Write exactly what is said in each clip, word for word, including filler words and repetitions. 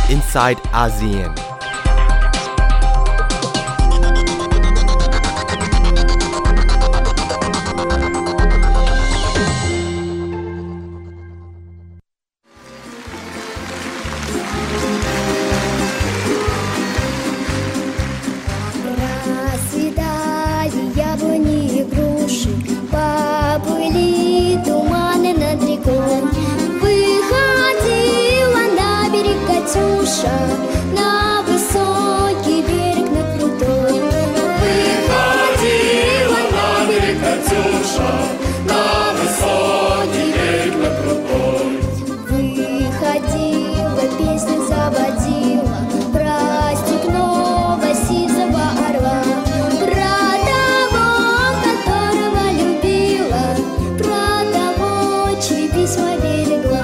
inside ASEAN. На высокий берег, на крутой. Выходила на берег Катюша, на высокий берег, на крутой. Выходила, песню заводила про степного сизого орла, про того, которого любила, про того, чьи письма берегла.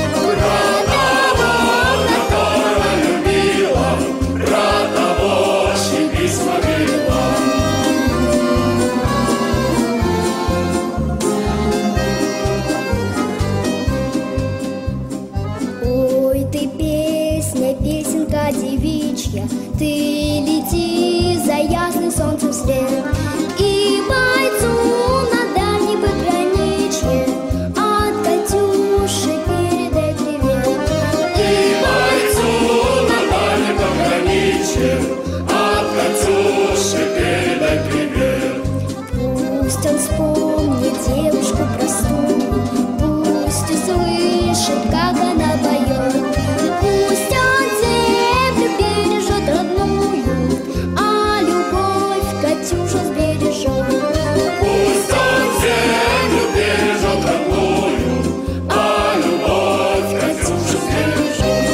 Ты лети за ясным солнцем вслед, и бойцу на дальней пограничье от Катюши передай привет. И бойцу на дальней пограничье от Катюши передай привет. Пусть он вспомнит девушку простую, пусть услышит, как она поет. Пусть он землю бережет родную, а любовь Катюша сбережет. Пусть он землю бережет родную, а любовь Катюша сбережет.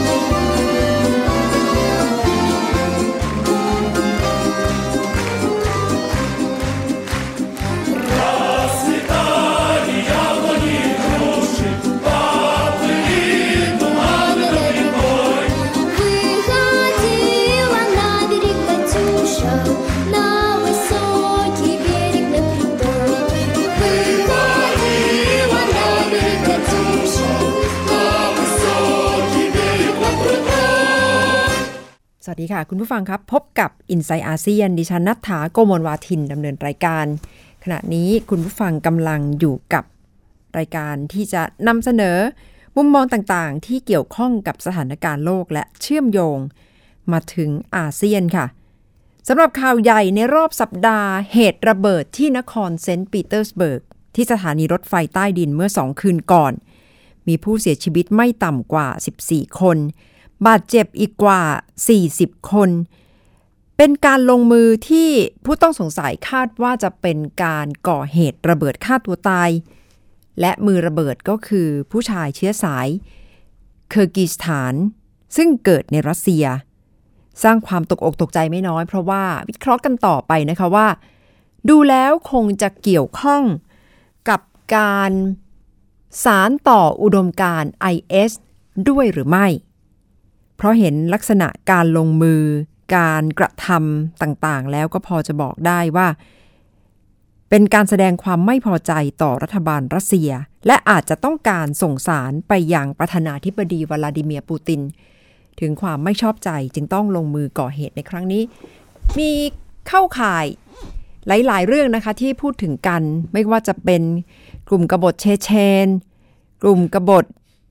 Расцветали яблони и груши, поплыли туманы над рекой. Выходила на берег Катюша, на высокий берег, на крутой. Выходила на берег Катюша, на высокий берег, на крутой. สวัสดีค่ะคุณผู้ฟังครับพบกับ Inside อาเซียนดิฉันณัฐฐาโกมลวาทินดำเนินรายการขณะนี้คุณผู้ฟังกำลังอยู่กับรายการที่จะนำเสนอมุมมองต่างๆที่เกี่ยวข้องกับสถานการณ์โลกและเชื่อมโยงมาถึงอาเซียนค่ะสำหรับข่าวใหญ่ในรอบสัปดาห์เหตุระเบิดที่นครเซนต์ปีเตอร์สเบิร์กที่สถานีรถไฟใต้ดินเมื่อสองคืนก่อนมีผู้เสียชีวิตไม่ต่ำกว่าสิบสี่คนบาดเจ็บอีกกว่าสี่สิบคนเป็นการลงมือที่ผู้ต้องสงสัยคาดว่าจะเป็นการก่อเหตุระเบิดฆ่าตัวตายและมือระเบิดก็คือผู้ชายเชื้อสายเคิร์กิสถานซึ่งเกิดในรัสเซียสร้างความตกอกตกใจไม่น้อยเพราะว่าวิเคราะห์กันต่อไปนะคะว่าดูแล้วคงจะเกี่ยวข้องกับการสานต่ออุดมการณ์ ไอ เอส ด้วยหรือไม่เพราะเห็นลักษณะการลงมือการกระทำต่างๆแล้วก็พอจะบอกได้ว่าเป็นการแสดงความไม่พอใจต่อรัฐบาลรัสเซียและอาจจะต้องการส่งสารไปยังประธานาธิบดีวลาดิเมียร์ปูตินถึงความไม่ชอบใจจึงต้องลงมือก่อเหตุในครั้งนี้มีเข้าข่ายหลายๆเรื่องนะคะที่พูดถึงกันไม่ว่าจะเป็นกลุ่มกบฏเชเชนกลุ่มกบฏ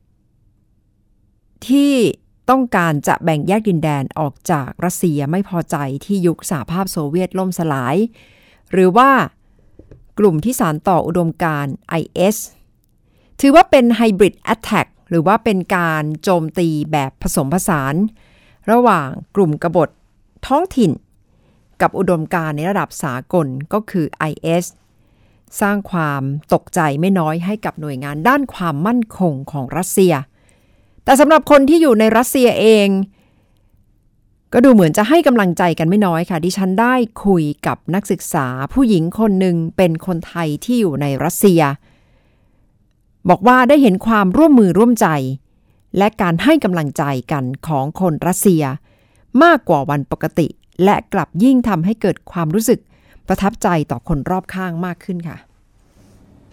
ที่ต้องการจะแบ่งแยกดินแดนออกจากรัสเซียไม่พอใจที่ยุคสหภาพโซเวียตล่มสลายหรือว่ากลุ่มที่สานต่ออุดมการณ์ ไอ เอส ถือว่าเป็นไฮบริดแอทแทคหรือว่าเป็นการโจมตีแบบผสมผสานระหว่างกลุ่มกบฏท้องถิ่นกับอุดมการณ์ในระดับสากลก็คือ ไอ เอส สร้างความตกใจไม่น้อยให้กับหน่วยงานด้านความมั่นคงของรัสเซียแต่สำหรับคนที่อยู่ในรัสเซียเองก็ดูเหมือนจะให้กำลังใจกันไม่น้อยค่ะดิฉันได้คุยกับนักศึกษาผู้หญิงคนหนึ่งเป็นคนไทยที่อยู่ในรัสเซียบอกว่าได้เห็นความร่วมมือร่วมใจและการให้กำลังใจกันของคนรัสเซียมากกว่าวันปกติและกลับยิ่งทำให้เกิดความรู้สึกประทับใจต่อคนรอบข้างมากขึ้นค่ะ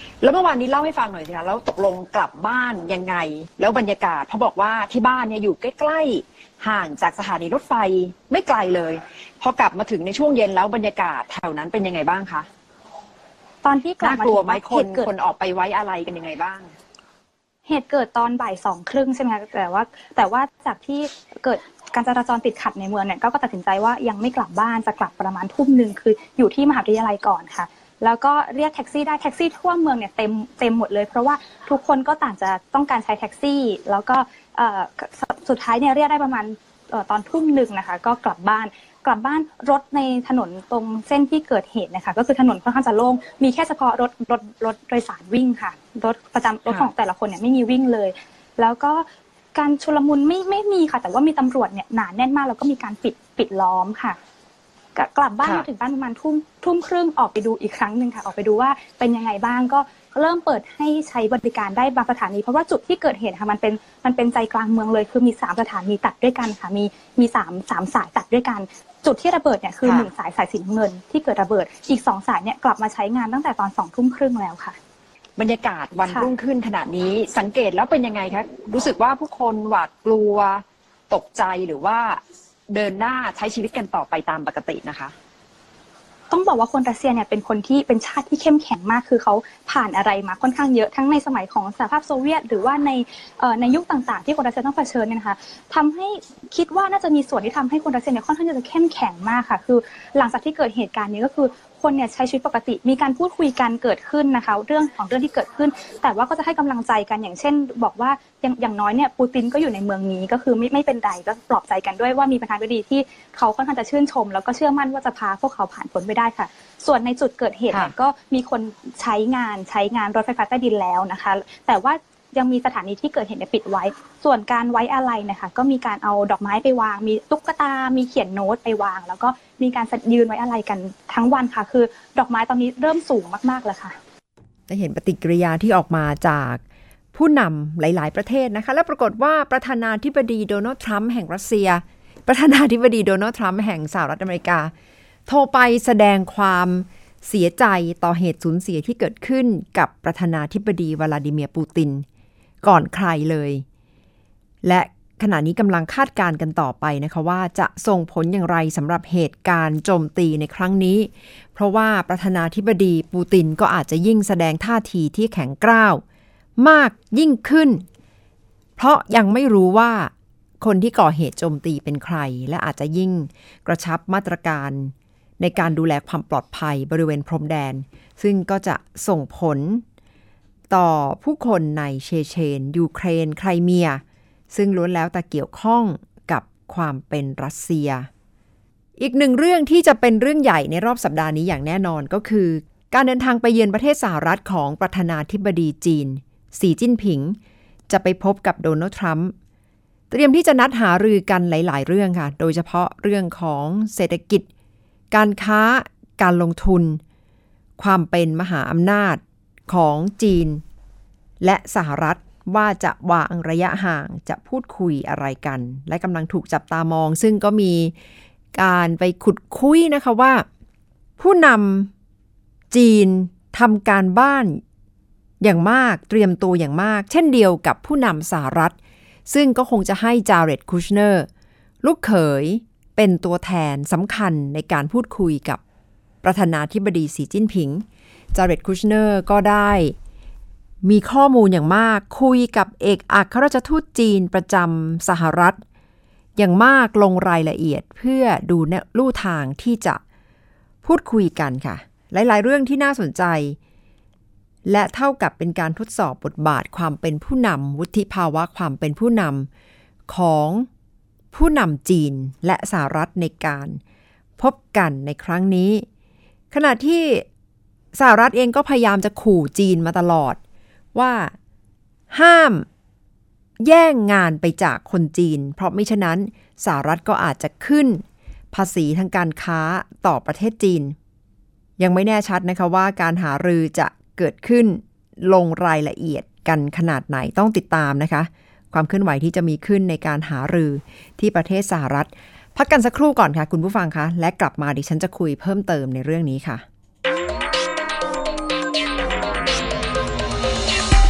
แล้วเมื่อวานนี้เล่าให้ฟังหน่อยสิคะแล้วตกลงกลับบ้านยังไงแล้วบรรยากาศเขาบอกว่าที่บ้านเนี่ยอยู่ใกล้ๆห่างจากสถานีรถไฟไม่ไกลเลยพอกลับมาถึงในช่วงเย็นแล้วบรรยากาศแถวนั้นเป็นยังไงบ้างคะตอนที่กลับมาถึงน่ากลัวไหมคนคนออกไปไว้อะไรกันยังไงบ้างเหตุเกิดตอนบ่ายสองครึ่งใช่ไหมคะแต่ว่าแต่ว่าจากที่เกิดการจราจรติดขัดในเมืองเนี่ยก็ตัดสินใจว่ายังไม่กลับบ้านจะกลับประมาณทุ่มนึงคืออยู่ที่มหาวิทยาลัยก่อนค่ะแล้วก็เรียกแท็กซี่ได้แท็กซี่ทั่วเมืองเนี่ยเต็มเต็มหมดเลยเพราะว่าทุกคนก็ต่างจะต้องการใช้แท็กซี่แล้วก็สุดท้ายเนี่ยเรียกได้ประมาณตอนทุ่มนึงนะคะก็กลับบ้านกลับบ้านรถในถนนตรงเส้นที่เกิดเหตุนะคะก็คือถนนค่อนข้างจะโล่งมีแค่เฉพาะรถรถรถโดยสารวิ่งค่ะรถประจำรถของแต่ละคนเนี่ยไม่มีวิ่งเลยแล้วก็การชุลมุนไม่ไม่มีค่ะแต่ว่ามีตำรวจเนี่ยหนาแน่นมากแล้วก็มีการปิดปิดล้อมค่ะกลับบ้านมาถึงบ้านประมาณทุ่มทุ่มครึ่งออกไปดูอีกครั้งนึงค่ะออกไปดูว่าเป็นยังไงบ้างก็เริ่มเปิดให้ใช้บริการได้บางสถานีเพราะว่าจุดที่เกิดเหตุค่ะมันเป็นมันเป็นใจกลางเมืองเลยคือมีสามสถานีตัดด้วยกันค่ะมีมีสามสามสายตัดด้วยกันจุดที่ระเบิดเนี่ยคือหนึ่งสายสายสีน้ำเงินที่เกิดระเบิดอีกสองสายเนี่ยกลับมาใช้งานตั้งแต่ตอนสองทุ่มครึ่งแล้วค่ะบรรยากาศวันรุ่งขึ้นขนาดนี้สังเกตแล้วเป็นยังไงคะรู้สึกว่าผู้คนหวาดกลัวตกใจหรือว่าเดินหน้าใช้ชีวิตกันต่อไปตามปกตินะคะต้องบอกว่าคนรัสเซียเนี่ยเป็นคนที่เป็นชาติที่เข้มแข็งมากคือเขาผ่านอะไรมาค่อนข้างเยอะทั้งในสมัยของสหภาพโซเวียตหรือว่าในในยุคต่างๆที่คนรัสเซียต้องเผชิญเนี่ยนะคะทำให้คิดว่าน่าจะมีส่วนที่ทำให้คนรัสเซียเนี่ยค่อนข้างจะเข้มแข็งมากค่ะคือหลังจากที่เกิดเหตุการณ์นี้ก็คือคนเนี่ยใช้ชีวิตปกติมีการพูดคุยกันเกิดขึ้นนะคะเรื่องของเรื่องที่เกิดขึ้นแต่ว่าก็จะให้กำลังใจกันอย่างเช่นบอกว่าอย่างอย่างน้อยเนี่ยปูตินก็อยู่ในเมืองนี้ก็คือไม่ไม่เป็นไรก็ปลอบใจกันด้วยว่ามีประธานาธิบดีที่เขาค่อนข้างจะชื่นชมแล้วก็เชื่อมั่นว่าจะพาพวกเขาผ่านพ้นไปได้ค่ะส่วนในจุดเกิดเหตุก็มีคนใช้งานใช้งานรถไฟฟ้าใต้ดินแล้วนะคะแต่ว่ายังมีสถานีที่เกิดเหตุปิดไว้ส่วนการไว้อาลัยนะคะก็มีการเอาดอกไม้ไปวางมีตุ๊กตามีเขียนโน้ตไปวางแล้วก็มีการยืนไว้อาลัยกันทั้งวันค่ะคือดอกไม้ตอนนี้เริ่มสูงมากๆแล้วค่ะจะเห็นปฏิกิริยาที่ออกมาจากผู้นำหลายๆประเทศนะคะและปรากฏว่าประธานาธิบดีโดนัลด์ทรัมป์แห่งรัสเซียประธานาธิบดีโดนัลด์ทรัมป์แห่งสหรัฐอเมริกาโทรไปแสดงความเสียใจต่อเหตุสูญเสียที่เกิดขึ้นกับประธานาธิบดีวลาดิเมียร์ปูตินก่อนใครเลยและขณะนี้กำลังคาดการณ์กันต่อไปนะคะว่าจะส่งผลอย่างไรสำหรับเหตุการณ์โจมตีในครั้งนี้เพราะว่าประธานาธิบดีปูตินก็อาจจะยิ่งแสดงท่าทีที่แข็งกร้าวมากยิ่งขึ้นเพราะยังไม่รู้ว่าคนที่ก่อเหตุโจมตีเป็นใครและอาจจะยิ่งกระชับมาตรการในการดูแลความปลอดภัยบริเวณพรมแดนซึ่งก็จะส่งผลต่อผู้คนในเชเชนยูเครนไครเมียซึ่งล้วนแล้วแต่เกี่ยวข้องกับความเป็นรัสเซียอีกหนึ่งเรื่องที่จะเป็นเรื่องใหญ่ในรอบสัปดาห์นี้อย่างแน่นอนก็คือการเดินทางไปเยือนประเทศสหรัฐของประธานาธิบดีจีนสีจิ้นผิงจะไปพบกับโดนัลด์ทรัมป์เตรียมที่จะนัดหารือกันหลายๆเรื่องค่ะโดยเฉพาะเรื่องของเศรษฐกิจการค้าการลงทุนความเป็นมหาอำนาจของจีนและสหรัฐว่าจะวางระยะห่างจะพูดคุยอะไรกันและกำลังถูกจับตามองซึ่งก็มีการไปขุดคุยนะคะว่าผู้นำจีนทำการบ้านอย่างมากเตรียมตัวอย่างมากเช่นเดียวกับผู้นำสหรัฐซึ่งก็คงจะให้จาเร็ดคูชเนอร์ลูกเขยเป็นตัวแทนสำคัญในการพูดคุยกับประธานาธิบดีสีจิ้นผิงจาเร็ดคูชเนอร์ก็ได้มีข้อมูลอย่างมากคุยกับเอกอัครราชทูตจีนประจำสหรัฐอย่างมากลงรายละเอียดเพื่อดูลู่ทางที่จะพูดคุยกันค่ะหลายๆเรื่องที่น่าสนใจและเท่ากับเป็นการทดสอบบทบาทความเป็นผู้นำวุฒิภาวะความเป็นผู้นำของผู้นำจีนและสหรัฐในการพบกันในครั้งนี้ขณะที่สหรัฐเองก็พยายามจะขู่จีนมาตลอดว่าห้ามแย่งงานไปจากคนจีนเพราะมิฉะนั้นสหรัฐก็อาจจะขึ้นภาษีทางการค้าต่อประเทศจีนยังไม่แน่ชัดนะคะว่าการหารือจะเกิดขึ้นลงรายละเอียดกันขนาดไหนต้องติดตามนะคะความเคลื่อนไหวที่จะมีขึ้นในการหารือที่ประเทศสหรัฐพักกันสักครู่ก่อนค่ะคุณผู้ฟังคะและกลับมาดิฉันจะคุยเพิ่มเติมในเรื่องนี้ค่ะ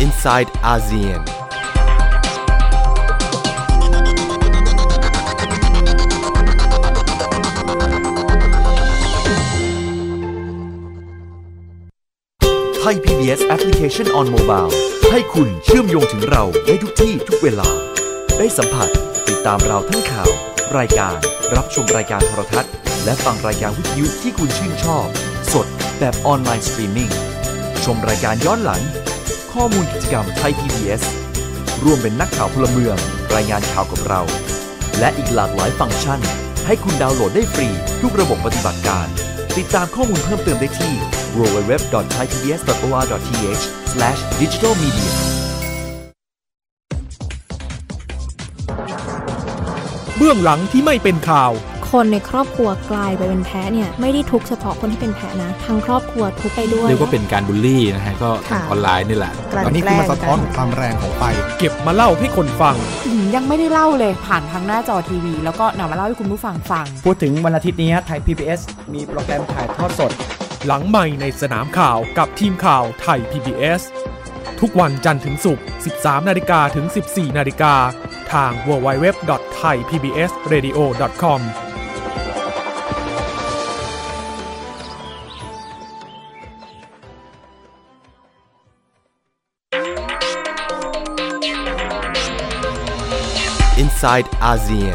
Inside อาเซียนไทย พี บี เอส Application on Mobile ให้คุณเชื่อมโยงถึงเราได้ทุกที่ทุกเวลาได้สัมผัสติดตามเราทั้งข่าวรายการรับชมรายการโทรทัศน์และฟังรายการวิทยุที่คุณชื่นชอบสดแบบออนไลน์สตรีมมิ่งชมรายการย้อนหลังข้อมูลกิจกรรมไทย พี บี เอส ร่วมเป็นนักข่าวพลเมืองรายงานข่าวกับเราและอีกหลากหลายฟังก์ชันให้คุณดาวน์โหลดได้ฟรีทุกระบบปฏิบัติการติดตามข้อมูลเพิ่มเติมได้ที่ ดับเบิลยู ดับเบิลยู ดับเบิลยู ดอท ไทย พี บี เอส ดอท โอ อาร์ ดอท ที เอช สแลช ดิจิทัล มีเดียเบื้องหลังที่ไม่เป็นข่าวคนในครอบครัวกลายไปเป็นแพ้เนี่ยไม่ได้ทุกเฉพาะคนที่เป็นแพ้นะทั้งครอบครัวทุกไปด้วยเรียกว่าเป็นการบูลลี่นะฮะก็ทางออนไลน์นี่แหละตอนนี้คือมาสะท้อนความแรงของไฟเก็บมาเล่าให้คนฟังยังไม่ได้เล่าเลยผ่านทางหน้าจอทีวีแล้วก็นำมาเล่าให้คุณผู้ฟังฟังพูดถึงวันอาทิตย์นี้ไทย พี บี เอส มีโปรแกรมถ่ายทอดสดหลังใหม่ในสนามข่าวกับทีมข่าวไทย พี บี เอส ทุกวันจันทร์ถึงศุกร์ สิบสามนาฬิกา ถึง สิบสี่นาฬิกาทาง ดับเบิลยู ดับเบิลยู ดับเบิลยู ดอท ไทย พี บี เอส เรดิโอ ดอท คอม Inside อาเซียน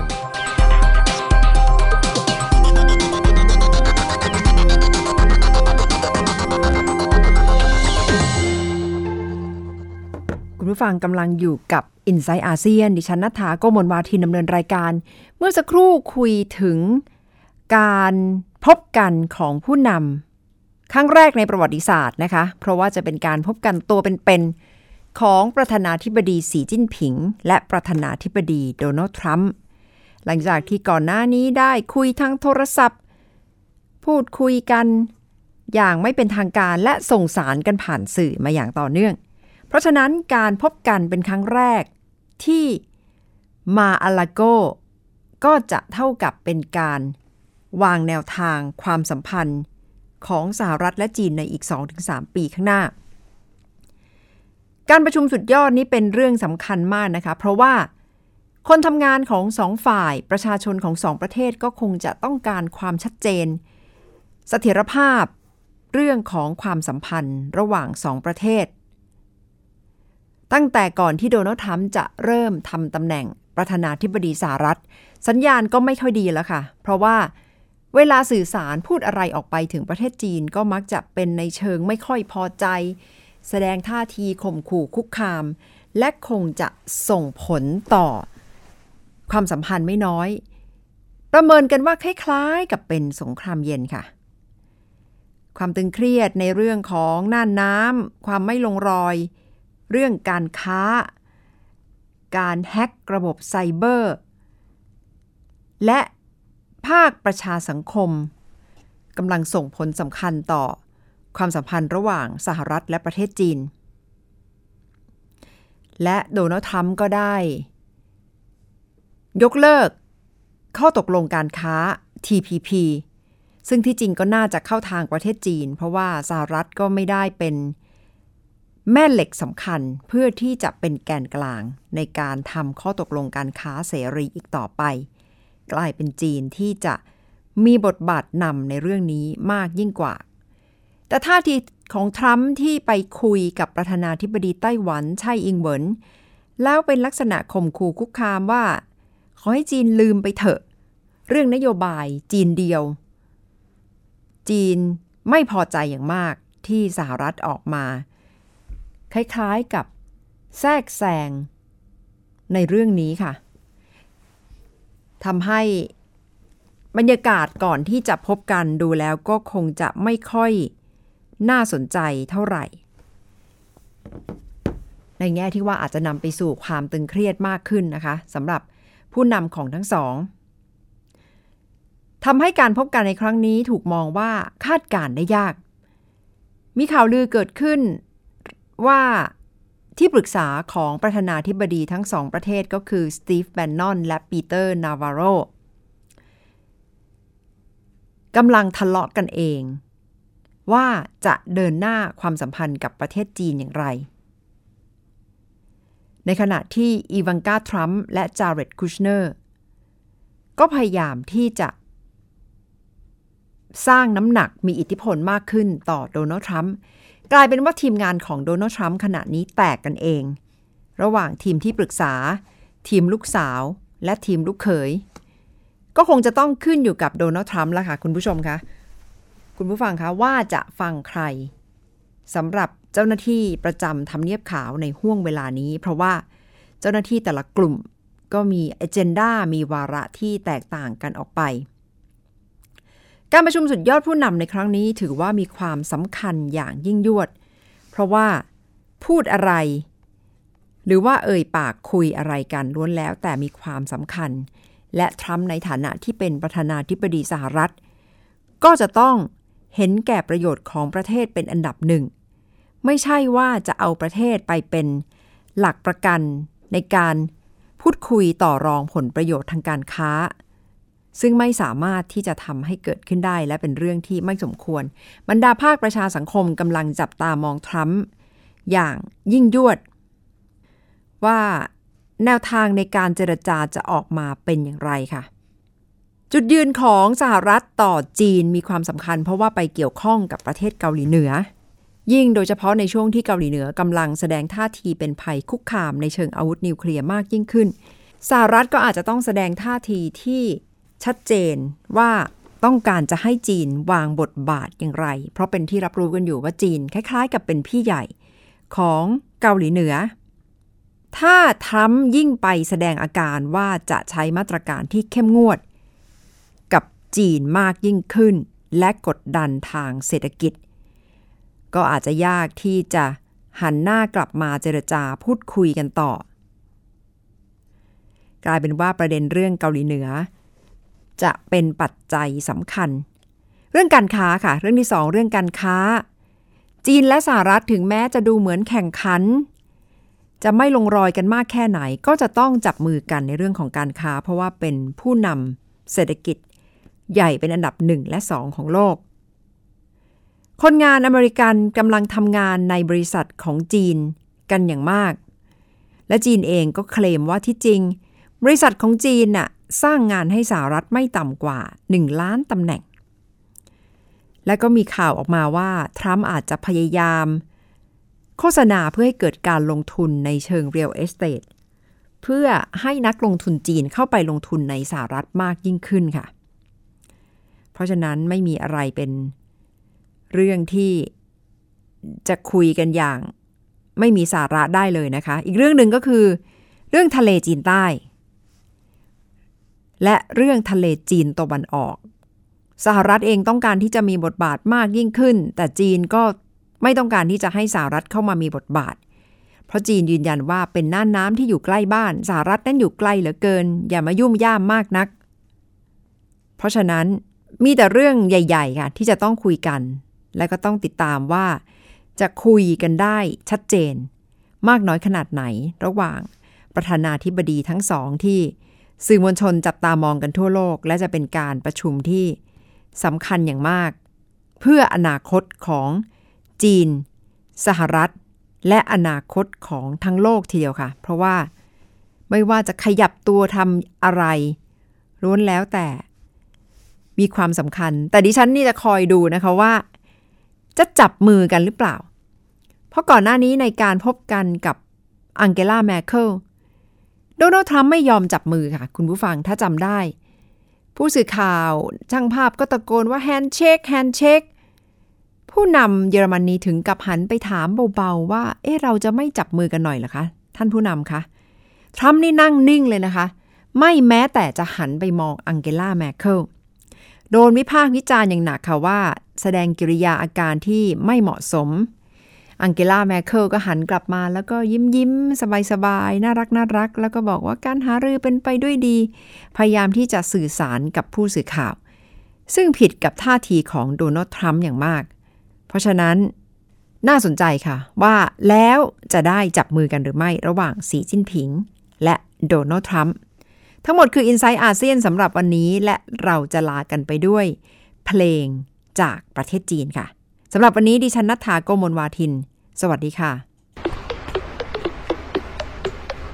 คุณผู้ฟังกำลังอยู่กับ Inside อาเซียนดิฉันณัฐา โกมลวาทินดำเนินรายการเมื่อสักครู่คุยถึงการพบกันของผู้นำครั้งแรกในประวัติศาสตร์นะคะเพราะว่าจะเป็นการพบกันตัวเป็นๆของประธานาธิบดีสีจิ้นผิงและประธานาธิบดีโดนัลด์ทรัมป์หลังจากที่ก่อนหน้านี้ได้คุยทางโทรศัพท์พูดคุยกันอย่างไม่เป็นทางการและส่งสารกันผ่านสื่อมาอย่างต่อเนื่องเพราะฉะนั้นการพบกันเป็นครั้งแรกที่มาอาลาโกก็จะเท่ากับเป็นการวางแนวทางความสัมพันธ์ของสหรัฐและจีนในอีก สองถึงสาม ปีข้างหน้าการประชุมสุดยอดนี้เป็นเรื่องสำคัญมากนะคะเพราะว่าคนทำงานของสองฝ่ายประชาชนของสองประเทศก็คงจะต้องการความชัดเจนเสถียรภาพเรื่องของความสัมพันธ์ระหว่างสองประเทศตั้งแต่ก่อนที่โดนัลด์ทรัมป์จะเริ่มทำตำแหน่งประธานาธิบดีสหรัฐสัญญาณก็ไม่ค่อยดีแล้วค่ะเพราะว่าเวลาสื่อสารพูดอะไรออกไปถึงประเทศจีนก็มักจะเป็นในเชิงไม่ค่อยพอใจแสดงท่าทีข่มขู่คุกคามและคงจะส่งผลต่อความสัมพันธ์ไม่น้อยประเมินกันว่าคล้ายๆกับเป็นสงครามเย็นค่ะความตึงเครียดในเรื่องของน่านน้ำความไม่ลงรอยเรื่องการค้าการแฮ็กระบบไซเบอร์และภาคประชาสังคมกำลังส่งผลสำคัญต่อความสัมพันธ์ระหว่างสหรัฐและประเทศจีนและโดนัลด์ทรัมป์ก็ได้ยกเลิกข้อตกลงการค้า ที พี พี ซึ่งที่จริงก็น่าจะเข้าทางประเทศจีนเพราะว่าสหรัฐก็ไม่ได้เป็นแม่เหล็กสำคัญเพื่อที่จะเป็นแกนกลางในการทำข้อตกลงการค้าเสรีอีกต่อไปกลายเป็นจีนที่จะมีบทบาทนำในเรื่องนี้มากยิ่งกว่าแต่ท่าทีของทรัมป์ที่ไปคุยกับประธานาธิบดีไต้หวันไช่อิงเหวินแล้วเป็นลักษณะข่มขู่คุกคามว่าขอให้จีนลืมไปเถอะเรื่องนโยบายจีนเดียวจีนไม่พอใจอย่างมากที่สหรัฐออกมาคล้ายๆกับแทรกแซงในเรื่องนี้ค่ะทำให้บรรยากาศก่อนที่จะพบกันดูแล้วก็คงจะไม่ค่อยน่าสนใจเท่าไหร่ในแง่ที่ว่าอาจจะนำไปสู่ความตึงเครียดมากขึ้นนะคะสำหรับผู้นำของทั้งสองทำให้การพบกันในครั้งนี้ถูกมองว่าคาดการณ์ได้ยากมีข่าวลือเกิดขึ้นว่าที่ปรึกษาของประธานาธิบดีทั้งสองประเทศก็คือสตีฟแบนนอนและปีเตอร์นาวาโรกำลังทะเลาะกันเองว่าจะเดินหน้าความสัมพันธ์กับประเทศจีนอย่างไรในขณะที่อีวานกาทรัมป์และจาเร็ดคูชเนอร์ก็พยายามที่จะสร้างน้ำหนักมีอิทธิพลมากขึ้นต่อโดนัลด์ทรัมป์กลายเป็นว่าทีมงานของโดนัลด์ทรัมป์ขณะนี้แตกกันเองระหว่างทีมที่ปรึกษาทีมลูกสาวและทีมลูกเขยก็คงจะต้องขึ้นอยู่กับโดนัลด์ทรัมป์ละค่ะคุณผู้ชมคะคุณผู้ฟังคะว่าจะฟังใครสำหรับเจ้าหน้าที่ประจำทำเนียบขาวในห้วงเวลานี้เพราะว่าเจ้าหน้าที่แต่ละกลุ่มก็มีอเจนดามีวาระที่แตกต่างกันออกไปการประชุมสุดยอดผู้นำในครั้งนี้ถือว่ามีความสำคัญอย่างยิ่งยวดเพราะว่าพูดอะไรหรือว่าเอ่ยปากคุยอะไรกันล้วนแล้วแต่มีความสำคัญและทรัมป์ในฐานะที่เป็นประธานาธิบดีสหรัฐก็จะต้องเห็นแก่ประโยชน์ของประเทศเป็นอันดับหนึ่งไม่ใช่ว่าจะเอาประเทศไปเป็นหลักประกันในการพูดคุยต่อรองผลประโยชน์ทางการค้าซึ่งไม่สามารถที่จะทำให้เกิดขึ้นได้และเป็นเรื่องที่ไม่สมควรบรรดาภาคประชาสังคมกำลังจับตามองทรัมป์อย่างยิ่งยวดว่าแนวทางในการเจรจาจะออกมาเป็นอย่างไรค่ะจุดยืนของสหรัฐต่อจีนมีความสำคัญเพราะว่าไปเกี่ยวข้องกับประเทศเกาหลีเหนือยิ่งโดยเฉพาะในช่วงที่เกาหลีเหนือกำลังแสดงท่าทีเป็นภัยคุกคามในเชิงอาวุธนิวเคลียร์มากยิ่งขึ้นสหรัฐก็อาจจะต้องแสดงท่าทีที่ชัดเจนว่าต้องการจะให้จีนวางบทบาทอย่างไรเพราะเป็นที่รับรู้กันอยู่ว่าจีนคล้ายๆกับเป็นพี่ใหญ่ของเกาหลีเหนือถ้าทรัมป์ยิ่งไปแสดงอาการว่าจะใช้มาตรการที่เข้มงวดกับจีนมากยิ่งขึ้นและกดดันทางเศรษฐกิจก็อาจจะยากที่จะหันหน้ากลับมาเจรจาพูดคุยกันต่อกลายเป็นว่าประเด็นเรื่องเกาหลีเหนือจะเป็นปัจจัยสำคัญเรื่องการค้าค่ะเรื่องที่สองเรื่องการค้าจีนและสหรัฐถึงแม้จะดูเหมือนแข่งขันจะไม่ลงรอยกันมากแค่ไหนก็จะต้องจับมือกันในเรื่องของการค้าเพราะว่าเป็นผู้นำเศรษฐกิจใหญ่เป็นอันดับหนึ่งและสองของโลกคนงานอเมริกันกำลังทำงานในบริษัทของจีนกันอย่างมากและจีนเองก็เคลมว่าที่จริงบริษัทของจีนน่ะสร้างงานให้สหรัฐไม่ต่ำกว่าหนึ่งล้านตำแหน่งและก็มีข่าวออกมาว่าทรัมป์อาจจะพยายามโฆษณาเพื่อให้เกิดการลงทุนในเชิง Real Estate เพื่อให้นักลงทุนจีนเข้าไปลงทุนในสหรัฐมากยิ่งขึ้นค่ะเพราะฉะนั้นไม่มีอะไรเป็นเรื่องที่จะคุยกันอย่างไม่มีสาระได้เลยนะคะอีกเรื่องหนึ่งก็คือเรื่องทะเลจีนใต้และเรื่องทะเลจีนตะวันออกสหรัฐเองต้องการที่จะมีบทบาทมากยิ่งขึ้นแต่จีนก็ไม่ต้องการที่จะให้สหรัฐเข้ามามีบทบาทเพราะจีนยืนยันว่าเป็นน่านน้ำที่อยู่ใกล้บ้านสหรัฐนั้นอยู่ไกลเหลือเกินอย่ามายุ่มย่ามมากนักเพราะฉะนั้นมีแต่เรื่องใหญ่ๆค่ะที่จะต้องคุยกันและก็ต้องติดตามว่าจะคุยกันได้ชัดเจนมากน้อยขนาดไหนระหว่างประธานาธิบดีทั้งสองที่สื่อมวลชนจับตามองกันทั่วโลกและจะเป็นการประชุมที่สำคัญอย่างมากเพื่ออนาคตของจีนสหรัฐและอนาคตของทั้งโลกทีเดียวค่ะเพราะว่าไม่ว่าจะขยับตัวทำอะไรล้วนแล้วแต่มีความสำคัญแต่ดิฉันนี่จะคอยดูนะคะว่าจะจับมือกันหรือเปล่าเพราะก่อนหน้านี้ในการพบกันกับอังเกลา แมร์เคิลโดนัลด์ทรัมป์ไม่ยอมจับมือค่ะคุณผู้ฟังถ้าจำได้ผู้สื่อข่าวช่างภาพก็ตะโกนว่าแฮนด์เชคแฮนด์เชคผู้นำเยอรมนีถึงกับหันไปถามเบาๆว่าเอ๊ะเราจะไม่จับมือกันหน่อยเหรอคะท่านผู้นำคะทรัมป์นี่นั่งนิ่งเลยนะคะไม่แม้แต่จะหันไปมองอังเกลา แมร์เคิลโดนวิพากษ์วิจารณ์อย่างหนักค่ะว่าแสดงกิริยาอาการที่ไม่เหมาะสมอังเกลา แมร์เคิลก็หันกลับมาแล้วก็ยิ้มยิ้มสบายๆน่ารักน่ารักแล้วก็บอกว่าการหารือเป็นไปด้วยดีพยายามที่จะสื่อสารกับผู้สื่อข่าวซึ่งผิดกับท่าทีของโดนัลด์ทรัมป์อย่างมากเพราะฉะนั้นน่าสนใจค่ะว่าแล้วจะได้จับมือกันหรือไม่ระหว่างสีจิ้นผิงและโดนัลด์ทรัมป์ทั้งหมดคือ Inside อาเซียนสำหรับวันนี้และเราจะลากันไปด้วยเพลงจากประเทศจีนค่ะสำหรับวันนี้ดิฉันณัฐฐา โกมลวาทินสวัสดีค่ะ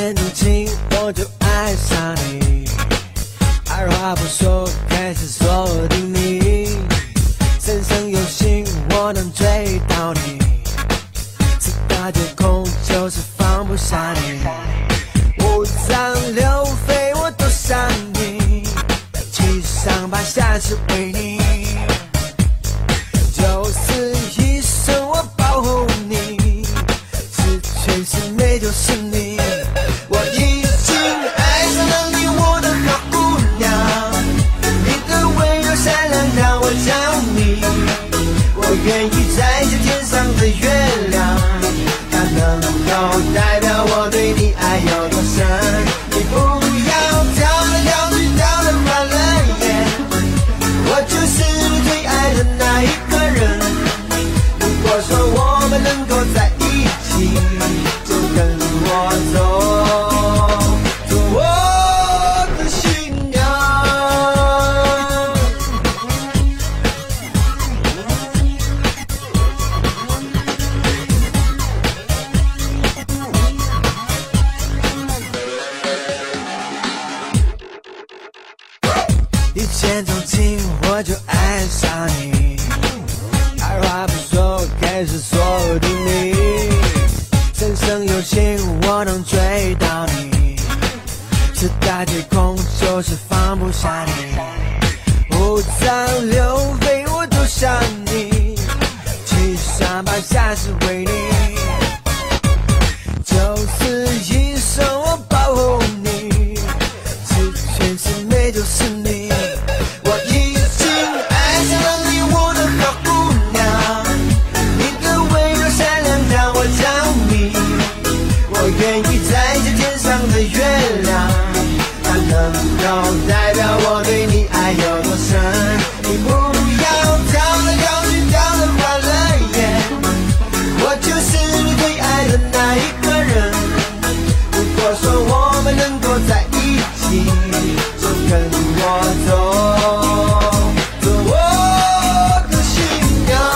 见钟情我就爱上你，二话不说开始锁定你，三生有幸我能追到你，四大皆空就是放不下你，五脏六肺我都想你，七上八下是为你，九死一生我保护你，十全十美就是你，我已经爱上了你，我的好姑娘，你的温柔善良让我着迷，我愿意摘下天上的月亮，它能够代表我对你爱有多深，你不要跳来跳去跳得乱了眼，我就是你最爱的那一个人，如果说我们能够在一起，就跟我走，做我的新娘。一见钟情我就爱上你，二话不说开始锁定你，三生有幸我能追到你，四大皆空就是放不下你，五脏六肺我都想你，七上八下是为你，九死一生我保护你，十全十美就是你，我已经爱上了你，我的好姑娘，你的温柔善良让我着迷，我愿意摘下天上的月亮，它能够代表我对你爱有多深，你不要跳来跳去跳得乱了眼，我就是你最爱的那一个人，如果说我们能够在一起，就跟我走，做我的新娘。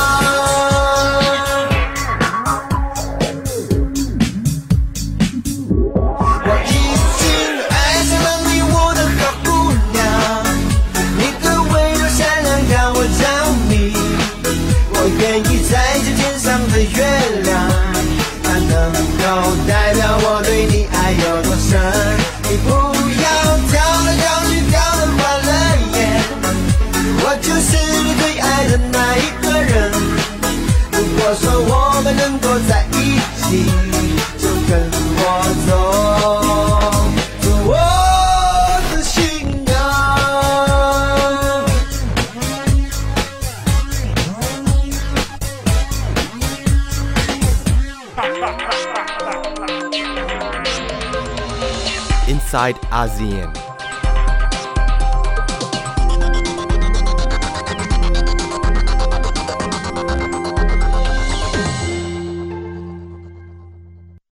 我已经爱上了你，我的好姑娘，你的温柔善良让我着迷，我愿意摘下天上的月亮，它能够代表我对你爱有多深，你不要跳来跳去跳得乱了眼，我就是你最爱的那一个人，如果说我们能够在一起，就跟我走，做我的新娘。 Inside ASEAN